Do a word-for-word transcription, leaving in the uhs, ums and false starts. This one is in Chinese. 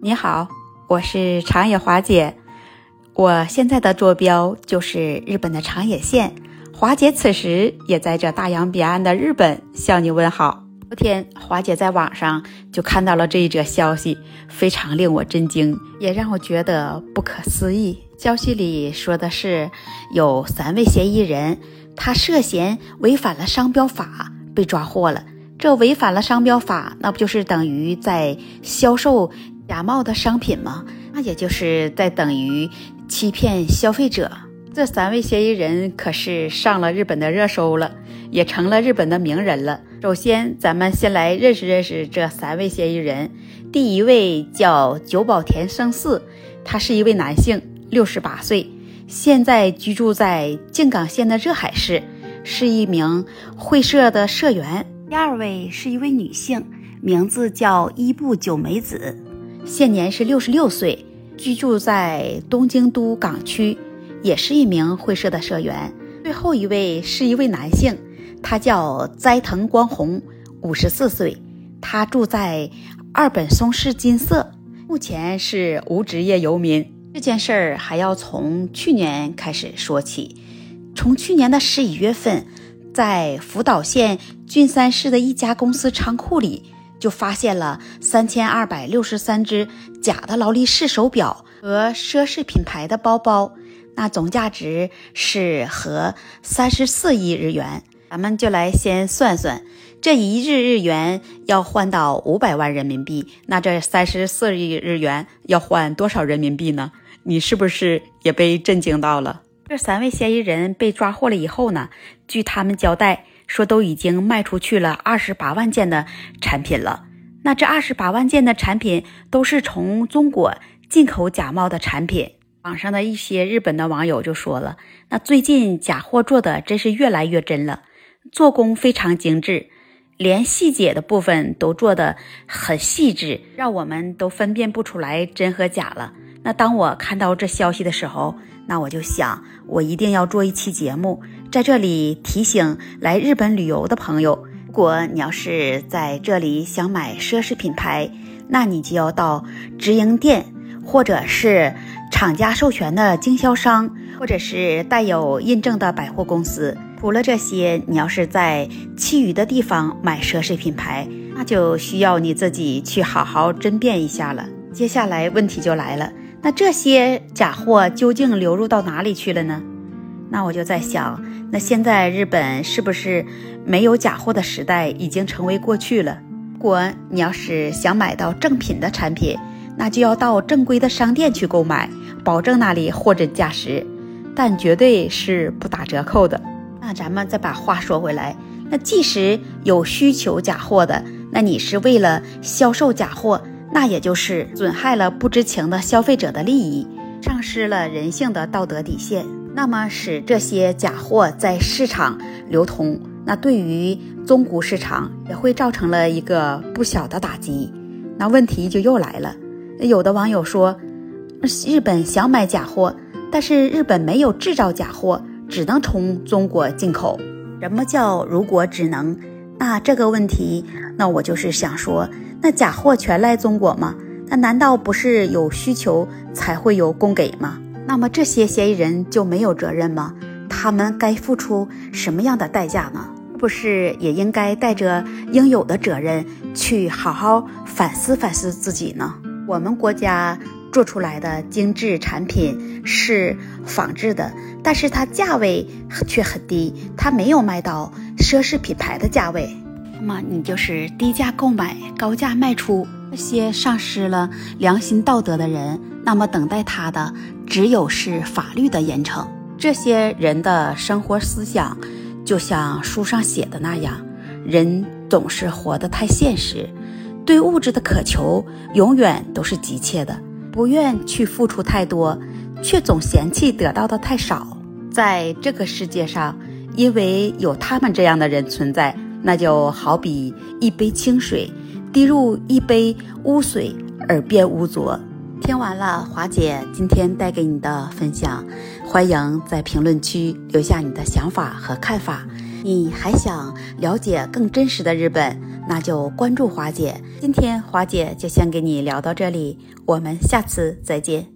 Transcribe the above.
你好，我是长野华姐。我现在的坐标就是日本的长野县，华姐此时也在这大洋彼岸的日本向你问好。昨天华姐在网上就看到了这一则消息，非常令我震惊，也让我觉得不可思议。消息里说的是有三位嫌疑人，他涉嫌违反了商标法被抓获了。这违反了商标法，那不就是等于在销售假冒的商品吗？那也就是在等于欺骗消费者。这三位嫌疑人可是上了日本的热搜了，也成了日本的名人了。首先咱们先来认识认识这三位嫌疑人。第一位叫久保田胜四，他是一位男性，六十八岁，现在居住在静冈县的热海市，是一名会社的社员。第二位是一位女性，名字叫伊部久美子，现年是六十六岁，居住在东京都港区，也是一名会社的社员。最后一位是一位男性，他叫斋藤光弘，五十四岁，他住在二本松市金色，目前是无职业游民。这件事儿还要从去年开始说起。从去年的十一月份，在福岛县郡山市的一家公司仓库里，就发现了三千二百六十三只假的劳力士手表和奢侈品牌的包包，那总价值是和三十四亿日元。咱们就来先算算，这一日日元要换到五百万人民币，那这三十四亿日元要换多少人民币呢？你是不是也被震惊到了？这三位嫌疑人被抓获了以后呢，据他们交代说都已经卖出去了二十八万件的产品了。那这二十八万件的产品都是从中国进口假冒的产品。网上的一些日本的网友就说了，那最近假货做的真是越来越真了，做工非常精致，连细节的部分都做得很细致，让我们都分辨不出来真和假了。那当我看到这消息的时候，那我就想我一定要做一期节目，在这里提醒来日本旅游的朋友，如果你要是在这里想买奢侈品牌，那你就要到直营店，或者是厂家授权的经销商，或者是带有印证的百货公司。除了这些，你要是在其余的地方买奢侈品牌，那就需要你自己去好好甄别一下了。接下来问题就来了，那这些假货究竟流入到哪里去了呢？那我就在想，那现在日本是不是没有假货的时代已经成为过去了？如果你要是想买到正品的产品，那就要到正规的商店去购买，保证那里货真价实，但绝对是不打折扣的。那咱们再把话说回来，那即使有需求假货的，那你是为了销售假货，那也就是损害了不知情的消费者的利益，丧失了人性的道德底线，那么使这些假货在市场流通，那对于中古市场也会造成了一个不小的打击。那问题就又来了，有的网友说，日本想买假货，但是日本没有制造假货，只能从中国进口。什么叫如果只能？那这个问题，那我就是想说，那假货全来中国吗？那难道不是有需求才会有供给吗？那么这些嫌疑人就没有责任吗？他们该付出什么样的代价呢？不是也应该带着应有的责任去好好反思反思自己呢？我们国家做出来的精致产品是仿制的，但是它价位却很低，它没有卖到奢侈品牌的价位，那么你就是低价购买，高价卖出。这些丧失了良心道德的人，那么等待他的只有是法律的严惩。这些人的生活思想就像书上写的那样，人总是活得太现实，对物质的渴求永远都是急切的，不愿去付出太多，却总嫌弃得到的太少。在这个世界上，因为有他们这样的人存在，那就好比一杯清水滴入一杯污水而变污浊， 听完了华姐今天带给你的分享，欢迎在评论区留下你的想法和看法。你还想了解更真实的日本，那就关注华姐。今天华姐就先给你聊到这里，我们下次再见。